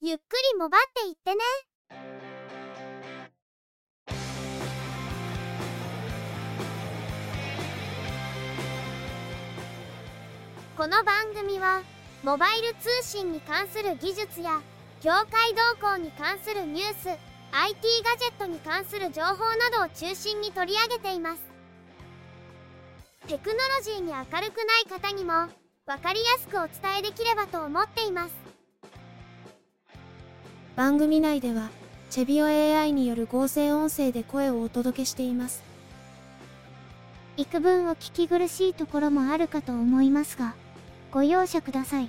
ゆっくりもばっていってね。この番組はモバイル通信に関する技術や業界動向に関するニュース、IT ガジェットに関する情報などを中心に取り上げています。テクノロジーに明るくない方にも分かりやすくお伝えできればと思っています。 番組内ではチェビオ AI による合成音声で声をお届けしています。 幾分お聞き苦しいところもあるかと思いますが、ご容赦ください。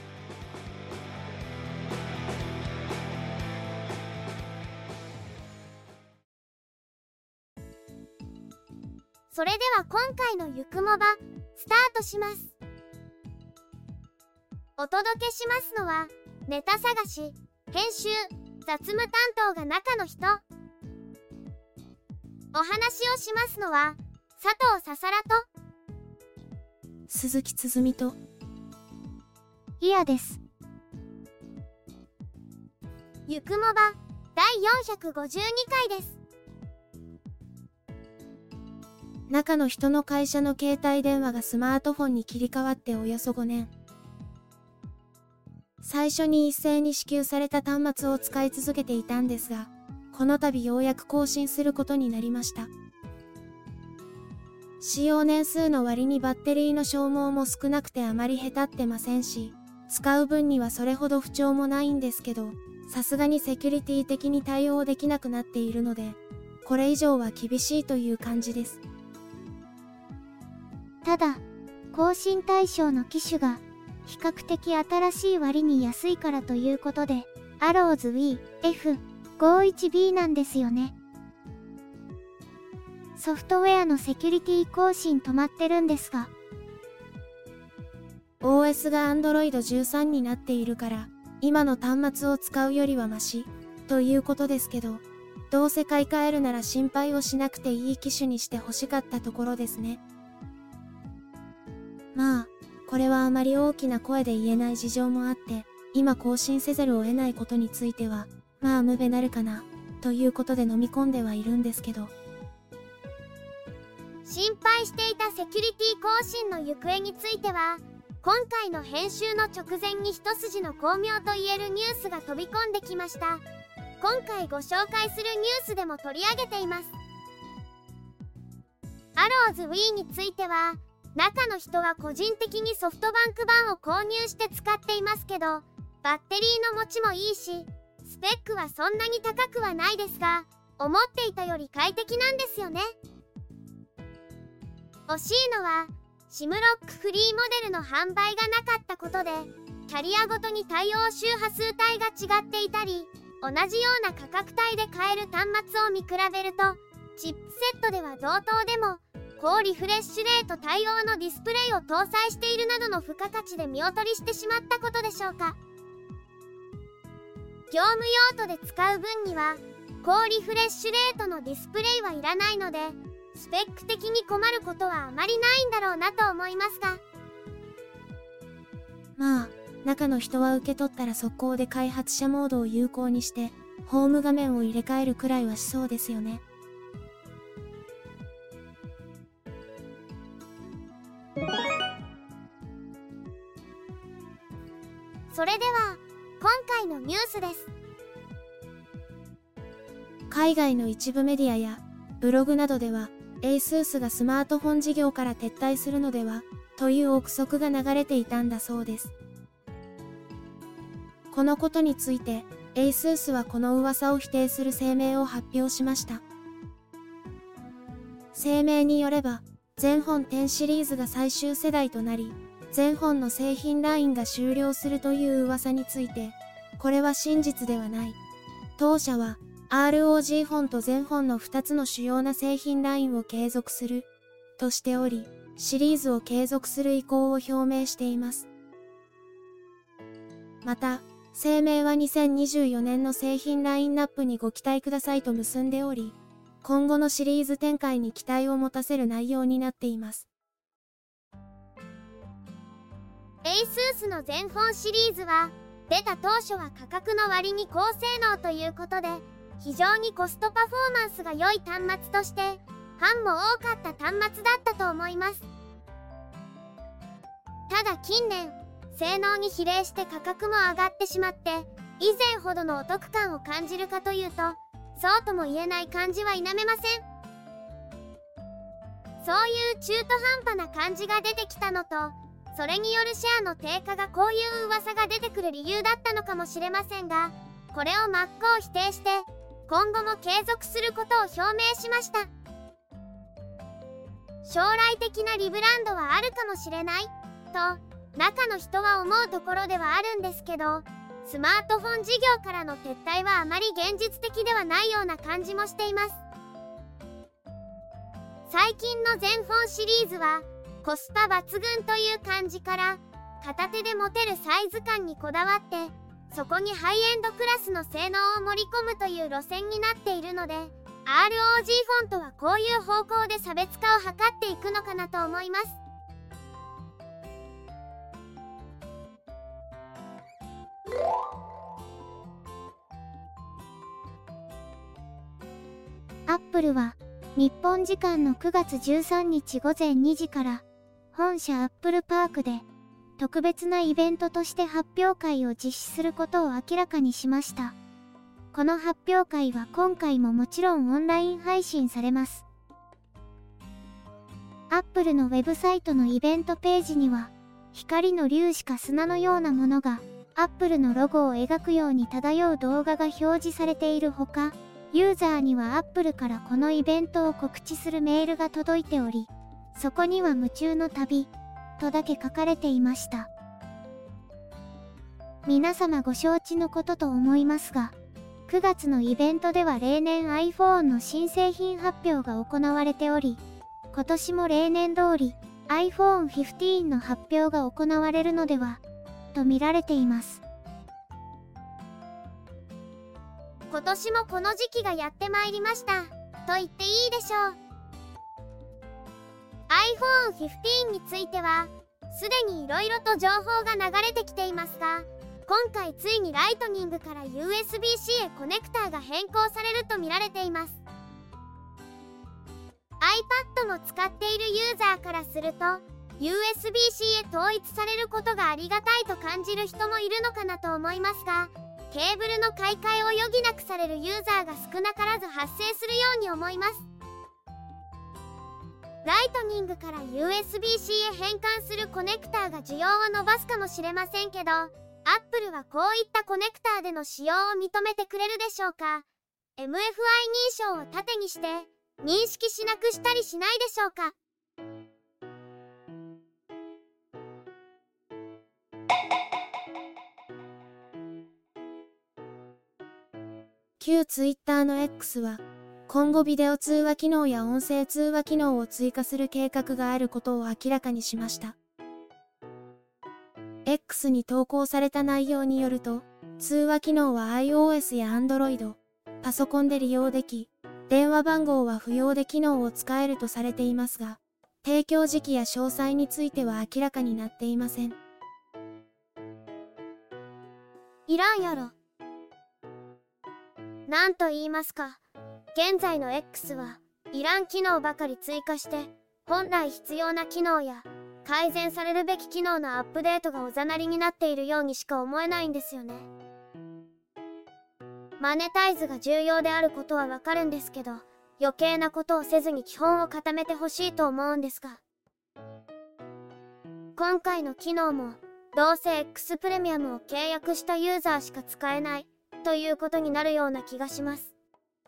それでは今回のゆくもばスタートします。お届けしますのはネタ探し、編集、雑務担当が中の人。お話をしますのは佐藤ささらと鈴木つづみといやです。ゆくもば第452回です。 中の人の会社の携帯電話がスマートフォンに切り替わっておよそ5年。最初に一斉に支給された端末を使い続けていたんですが、この度ようやく更新することになりました。使用年数の割にバッテリーの消耗も少なくてあまりへたってませんし、使う分にはそれほど不調もないんですけど、さすがにセキュリティ的に対応できなくなっているので、これ以上は厳しいという感じです。 ただ、更新対象の機種が比較的新しい割に安いからということで、アローズ Wii F51B なんですよね。ソフトウェアのセキュリティ更新止まってるんですが、 OS が Android 13になっているから、今の端末を使うよりはマシ、ということですけど、どうせ買い替えるなら心配をしなくていい機種にして欲しかったところですね。まあ、これはあまり大きな声で言えない事情もあって、今更新せざるを得ないことについては、まあ無べなるかな、ということで飲み込んではいるんですけど。 心配していたセキュリティ更新の行方については、今回の編集の直前に一筋の巧妙と言えるニュースが飛び込んできました。今回ご紹介するニュースでも取り上げています。アローズ Wii については、中の人は個人的にソフトバンク版を購入して使っていますけど、バッテリーの持ちもいいし、スペックはそんなに高くはないですが、思っていたより快適なんですよね。惜しいのは、SIM ロックフリーモデルの販売がなかったことで、キャリアごとに対応周波数帯が違っていたり、同じような価格帯で買える端末を見比べると、チップセットでは同等でも、高リフレッシュレート対応のディスプレイを搭載しているなどの付加価値で見劣りしてしまったことでしょうか。業務用途で使う分には高リフレッシュレートのディスプレイはいらないので、スペック的に困ることはあまりないんだろうなと思いますが、 まあ、中の人は受け取ったら速攻で開発者モードを有効にして、ホーム画面を入れ替えるくらいはしそうですよね。 それでは今回のニュースです。 海外の一部メディアやブログなどでは、ASUS がスマートフォン事業から撤退するのではという憶測が流れていたんだそうです。このことについて ASUS はこの噂を否定する声明を発表しました。声明によれば、全本10シリーズが最終世代となり、全本の製品ラインが終了するという噂について、これは真実ではない。当社は ROG 本と全本の2つの主要な製品ラインを継続するとしており、シリーズを継続する意向を表明しています。また、声明は2024年の製品ラインナップにご期待くださいと結んでおり、今後のシリーズ展開に期待を持たせる内容になっています。 ASUS の全本シリーズは出た当初は価格の割に高性能ということで、非常にコストパフォーマンスが良い端末として、ファンも多かった端末だったと思います。ただ近年、性能に比例して価格も上がってしまって、以前ほどのお得感を感じるかというと、そうとも言えない感じは否めません。そういう中途半端な感じが出てきたのと、それによるシェアの低下がこういう噂が出てくる理由だったのかもしれませんが、これを真っ向否定して、今後も継続することを表明しました。将来的なリブランドはあるかもしれないと中の人は思うところではあるんですけど、スマートフォン事業からの撤退はあまり現実的ではないような感じもしています。最近のゼンフォンシリーズはコスパ抜群という感じから片手で持てるサイズ感にこだわって、そこにハイエンドクラスの性能を盛り込むという路線になっているので、 ROG フォントはこういう方向で差別化を図っていくのかなと思います。 アップルは日本時間の9月13日午前2時から本社アップルパークで特別なイベントとして発表会を実施することを明らかにしました。この発表会は今回ももちろんオンライン配信されます。アップルのウェブサイトのイベントページには、光の粒子か砂のようなものがアップルのロゴを描くように漂う動画が表示されているほか、ユーザーにはアップルからこのイベントを告知するメールが届いており、そこには夢中の旅とだけ書かれていました。皆様ご承知のことと思いますが、9月のイベントでは例年 iPhone の新製品発表が行われており、今年も例年通り iPhone 15の発表が行われるのではと見られています。 今年もこの時期がやってまいりましたと言っていいでしょう。 iPhone 15についてはすでにいろいろと情報が流れてきていますが、今回ついにライトニングから USB-C へコネクターが変更されると見られています。 iPad も使っているユーザーからすると USB-C へ統一されることがありがたいと感じる人もいるのかなと思いますが、ケーブルの買い替えを余儀なくされるユーザーが少なからず発生するように思います。ライトニングから USB-C へ変換するコネクターが需要を伸ばすかもしれませんけど、Apple はこういったコネクターでの使用を認めてくれるでしょうか。 MFI 認証を盾にして認識しなくしたりしないでしょうか。 旧 Twitter の X は、今後ビデオ通話機能や音声通話機能を追加する計画があることを明らかにしました。X に投稿された内容によると、通話機能は iOS や Android、パソコンで利用でき、電話番号は不要で機能を使えるとされていますが、提供時期や詳細については明らかになっていません。 いらんやろ。なんと言いますか、現在の X はいらん機能ばかり追加して、本来必要な機能や改善されるべき機能のアップデートがおざなりになっているようにしか思えないんですよね。マネタイズが重要であることはわかるんですけど、余計なことをせずに基本を固めてほしいと思うんですが、今回の機能もどうせ X プレミアムを契約したユーザーしか使えないということになるような気がします。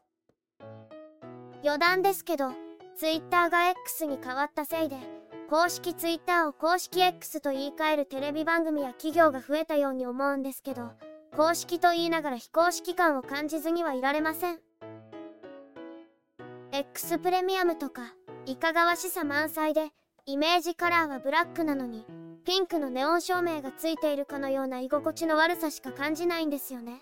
余談ですけど、Twitter が X に変わったせいで、公式 Twitter を公式 X と言い換えるテレビ番組や企業が増えたように思うんですけど、公式と言いながら非公式感を感じずにはいられません。X プレミアムとかいかがわしさ満載で、イメージカラーはブラックなのにピンクのネオン照明がついているかのような居心地の悪さしか感じないんですよね。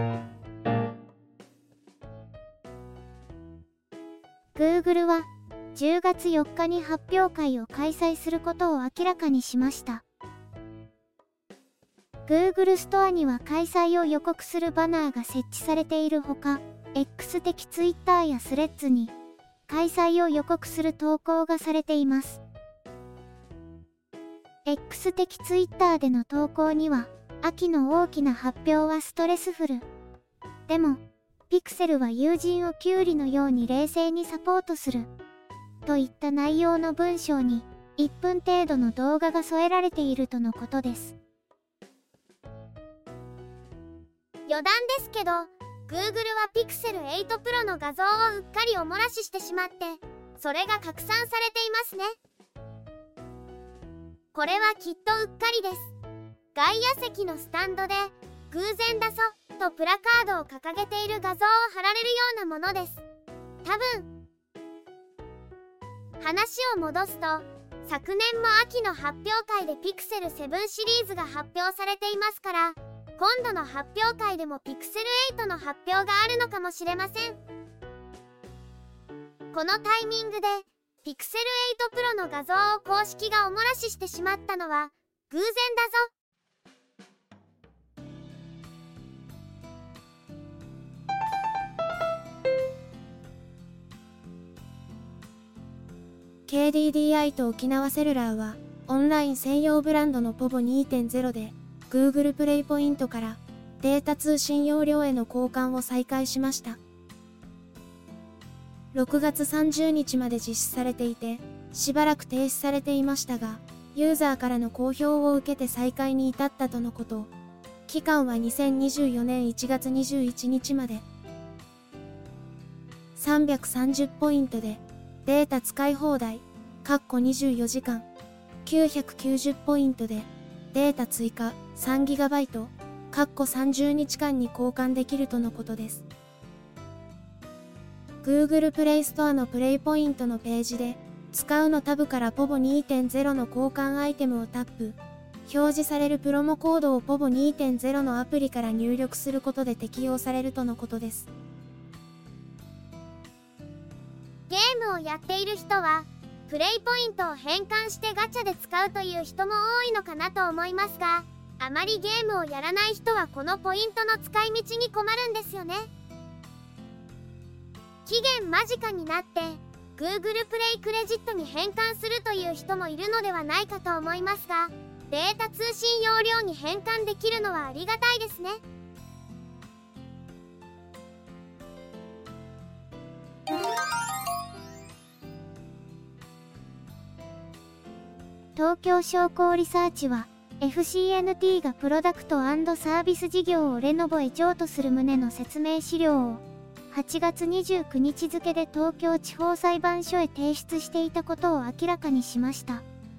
Google は 10月4日に発表会を開催することを明らかにしました。Google ストアには開催を予告するバナーが設置されているほか、X 的 Twitter やスレッズに開催を予告する投稿がされています。X 的 Twitter での投稿には、秋の大きな発表はストレスフル。でも、ピクセルは友人をキュウリのように冷静にサポートする。といった内容の文章に、1分程度の動画が添えられているとのことです。 余談ですけど、Google は Pixel 8 Pro の画像をうっかりお漏らししてしまって、それが拡散されていますね。これはきっとうっかりです。外野席のスタンドで、偶然だぞ、とプラカードを掲げている画像を貼られるようなものです。多分。話を戻すと、昨年も秋の発表会で Pixel 7シリーズが発表されていますから、今度の発表会でも Pixel 8の発表があるのかもしれません。このタイミングで Pixel 8 Pro の画像を公式がお漏らししてしまったのは偶然だぞ。 KDDI と沖縄セルラーはオンライン専用ブランドの POVO 2.0 でGoogle プレイポイントからデータ通信容量への交換を再開しました。6月30日まで実施されていて、しばらく停止されていましたが、ユーザーからの好評を受けて再開に至ったとのこと。期間は2024年1月21日まで。330ポイントでデータ使い放題（24時間）、990ポイントでデータ追加 3GB (30日間に交換できるとのことです。Google プレイストアのプレイポイントのページで、使うのタブから POVO 2.0 の交換アイテムをタップ。表示されるプロモコードを POVO 2.0 のアプリから入力することで適用されるとのことです。 ゲームをやっている人は、プレイポイントを変換してガチャで使うという人も多いのかなと思いますが、あまりゲームをやらない人はこのポイントの使い道に困るんですよね。期限間近になって Google プレイクレジットに変換するという人もいるのではないかと思いますが、データ通信容量に変換できるのはありがたいですね。 東京商工リサーチは FCNT がプロダクト&サービス事業をレノボへ譲渡する旨の説明資料を8月29日付で東京地方裁判所へ提出していたことを明らかにしました。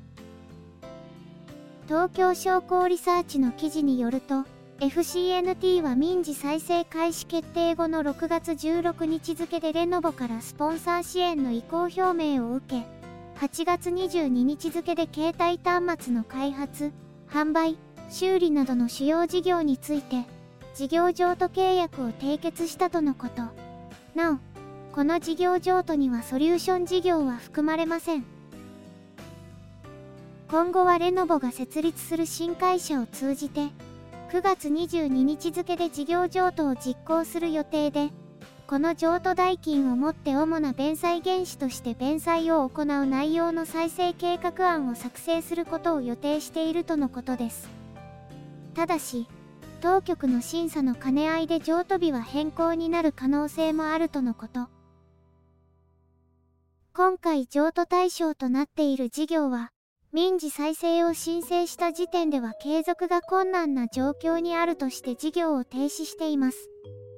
東京商工リサーチの記事によると、FCNT は民事再生開始決定後の6月16日付でレノボからスポンサー支援の意向表明を受け、8月22日付で携帯端末の開発、販売、修理などの主要事業について、事業譲渡契約を締結したとのこと。なお、この事業譲渡にはソリューション事業は含まれません。今後はレノボが設立する新会社を通じて、9月22日付で事業譲渡を実行する予定で、この譲渡代金をもって主な弁済原資として弁済を行う内容の再生計画案を作成することを予定しているとのことです。ただし、当局の審査の兼ね合いで譲渡日は変更になる可能性もあるとのこと。今回譲渡対象となっている事業は、民事再生を申請した時点では継続が困難な状況にあるとして事業を停止しています。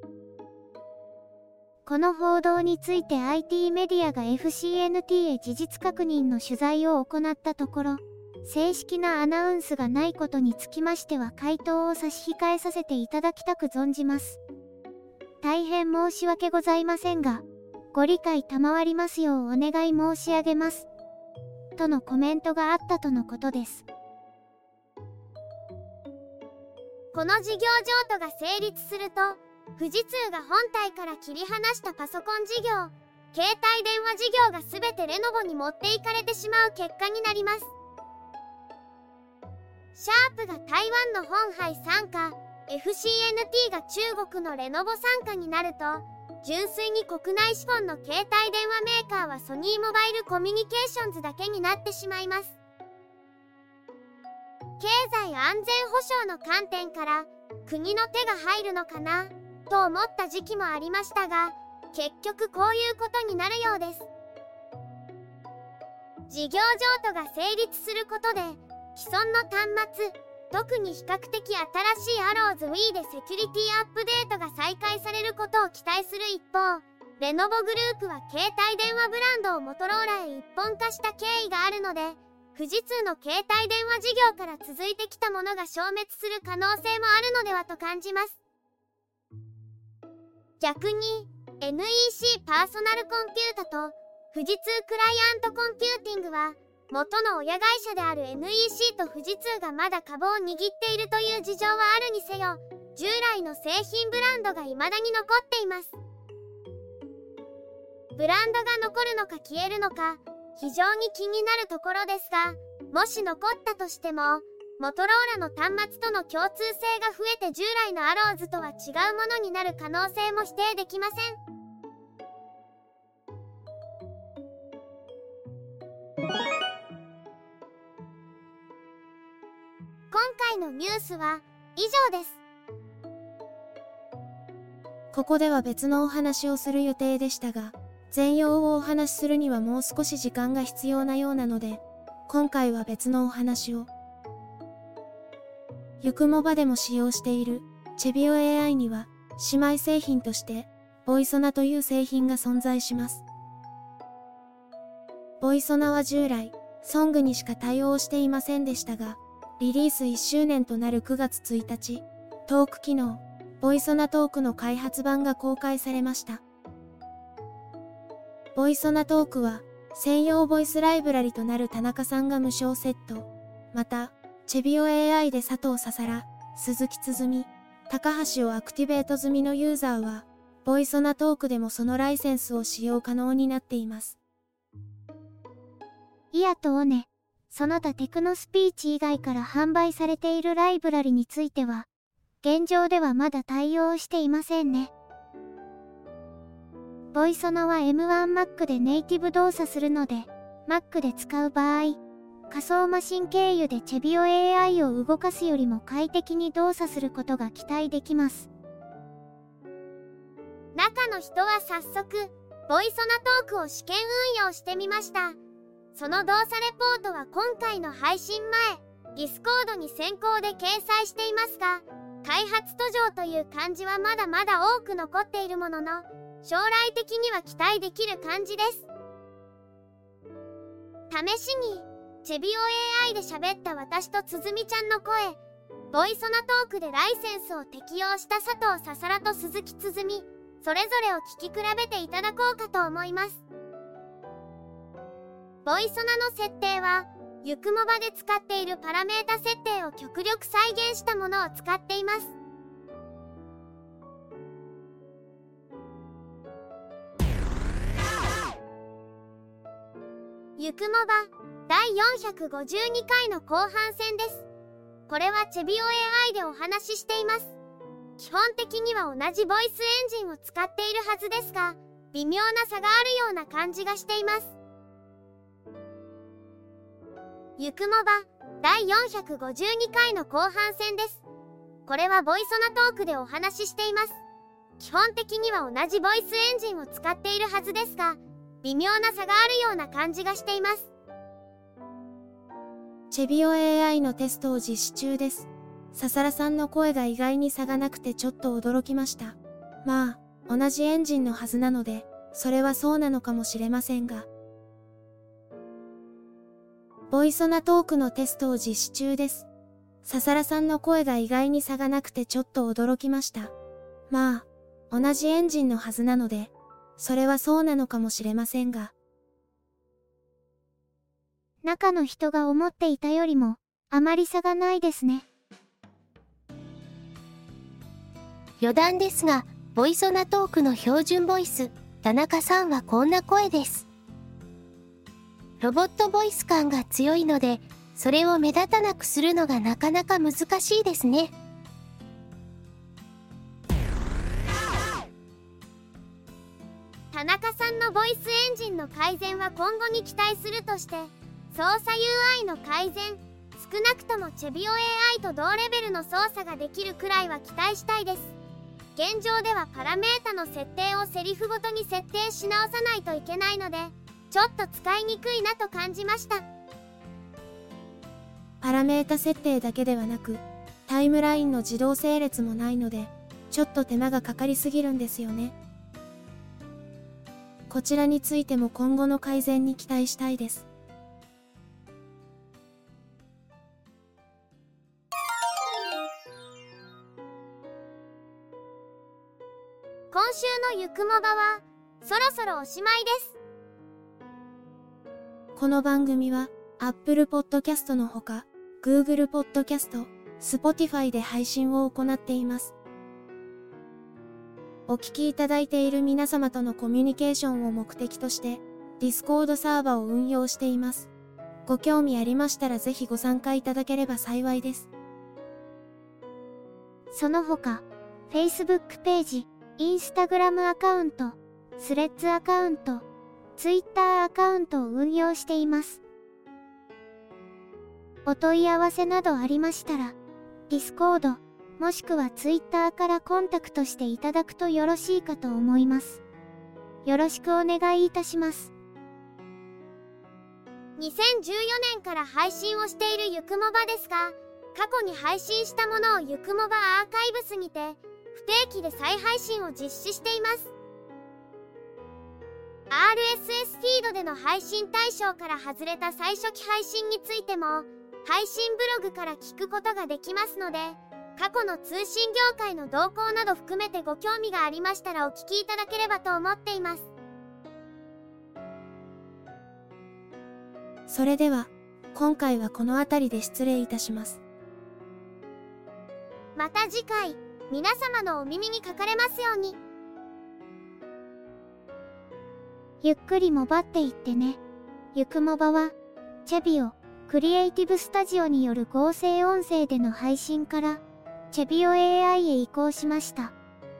この報道について IT メディアが FCNT へ事実確認の取材を行ったところ、正式なアナウンスがないことにつきましては回答を差し控えさせていただきたく存じます。大変申し訳ございませんが、ご理解賜りますようお願い申し上げます。とのコメントがあったとのことです。 この事業譲渡が成立すると、富士通が本体から切り離したパソコン事業、 携帯電話事業が全てレノボに持っていかれてしまう結果になります。シャープが台湾の本杯傘下、FCNT が中国のレノボ傘下になると、純粋に国内資本の携帯電話メーカーはソニーモバイルコミュニケーションズだけになってしまいます。経済安全保障の観点から国の手が入るのかなと思った時期もありましたが、結局こういうことになるようです。事業譲渡が成立することで既存の端末、特に比較的新しいアローズ Wii でセキュリティアップデートが再開されることを期待する一方、レノボグループは携帯電話ブランドをモトローラへ一本化した経緯があるので、富士通の携帯電話事業から続いてきたものが消滅する可能性もあるのではと感じます。逆に NEC パーソナルコンピュータと富士通クライアントコンピューティングは元の親会社である NEC と富士通がまだ株を握っているという事情はあるにせよ、従来の製品ブランドが未だに残っています。ブランドが残るのか消えるのか非常に気になるところですが、もし残ったとしてもモトローラの端末との共通性が増えて従来のアローズとは違うものになる可能性も否定できません。今回のニュースは以上です。 ここでは別のお話をする予定でしたが、全容をお話しするにはもう少し時間が必要なようなので、今回は別のお話を。ゆくもばでも使用しているチェビオ AI には姉妹製品としてボイソナという製品が存在します。ボイソナは従来ソングにしか対応していませんでしたが、リリース1周年となる9月1日、トーク機能ボイソナトークの開発版が公開されました。ボイソナトークは専用ボイスライブラリとなる田中さんが無償セット、またチェビオ AI で佐藤ささら、鈴木つづみ、高橋をアクティベート済みのユーザーは、ボイソナトークでもそのライセンスを使用可能になっています。 イヤとオネ、その他テクノスピーチ以外から販売されているライブラリについては、現状ではまだ対応していませんね。ボイソナは M1Mac でネイティブ動作するので、Mac で使う場合、仮想マシン経由でチェビオ AI を動かすよりも快適に動作することが期待できます。 中の人は早速、ボイソナトークを試験運用してみました。その動作レポートは今回の配信前、Discord に先行で掲載していますが、開発途上という漢字はまだまだ多く残っているものの、将来的には期待できる感じです。試しに、チェビオ AI で喋った私とつづみちゃんの声、ボイソナトークでライセンスを適用した佐藤ささらと鈴木つづみ、それぞれを聞き比べていただこうかと思います。ボイソナの設定は、ゆくもばで使っているパラメータ設定を極力再現したものを使っています。ゆくもば第452回の後半戦です。これはチェビオ AI でお話ししています。基本的には同じボイスエンジンを使っているはずですが、微妙な差があるような感じがしています。ゆくもば第452回の後半戦です。これはボイソナトークでお話ししています。基本的には同じボイスエンジンを使っているはずですが、微妙な差があるような感じがしています。 チェビオ AI のテストを実施中です。ささらさんの声が意外に差がなくてちょっと驚きました。まあ、同じエンジンのはずなので、それはそうなのかもしれませんが。ボイソナトークのテストを実施中です。ささらさんの声が意外に差がなくてちょっと驚きました。まあ、同じエンジンのはずなので、それはそうなのかもしれませんが。 中の人が思っていたよりも、あまり差がないですね。 余談ですが、ボイソナトークの標準ボイス、 田中さんはこんな声です。ロボットボイス感が強いので、それを目立たなくするのがなかなか難しいですね。 田中さんのボイスエンジンの改善は今後に期待するとして、操作 UI の改善、少なくともチェビオ AI と同レベルの操作ができるくらいは期待したいです。現状ではパラメータの設定をセリフごとに設定し直さないといけないので、ちょっと使いにくいなと感じました。 パラメータ設定だけではなく、タイムラインの自動整列もないので、ちょっと手間がかかりすぎるんですよね。こちらについても今後の改善に期待したいです。 今週のゆくもばはそろそろおしまいです。 この番組は Apple Podcast のほか Google Podcast、Spotify で配信を行っています。お聞きいただいている皆様とのコミュニケーションを目的として Discord サーバを運用しています。ご興味ありましたらぜひご参加いただければ幸いです。 その他、Facebook ページ、Instagram アカウント、スレッズアカウント、Twitter アカウントを運用しています。お問い合わせなどありましたら、Discord、もしくは Twitter からコンタクトしていただくとよろしいかと思います。よろしくお願いいたします。 2014年から配信をしているゆくもばですが、過去に配信したものをゆくもばアーカイブスにて不定期で再配信を実施しています。RSS フィードでの配信対象から外れた最初期配信についても配信ブログから聞くことができますので、過去の通信業界の動向など含めてご興味がありましたらお聞きいただければと思っています。 それでは、今回はこの辺りで失礼いたします。 また次回、皆様のお耳にかかれますように。 ゆっくりもばっていってね。ゆくもばは、チェビオ、クリエイティブスタジオによる合成音声での配信から、チェビオ AI へ移行しました。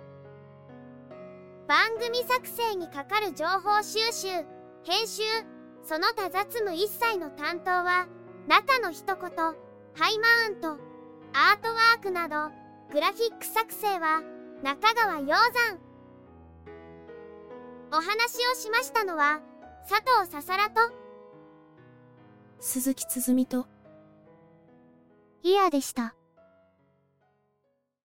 番組作成にかかる情報収集、編集、その他雑務一切の担当は、中の一言、ハイマウント、アートワークなど、グラフィック作成は、中川鷹山。お話をしましたのは、佐藤ささらと、 鈴木つづみと、 イヤでした。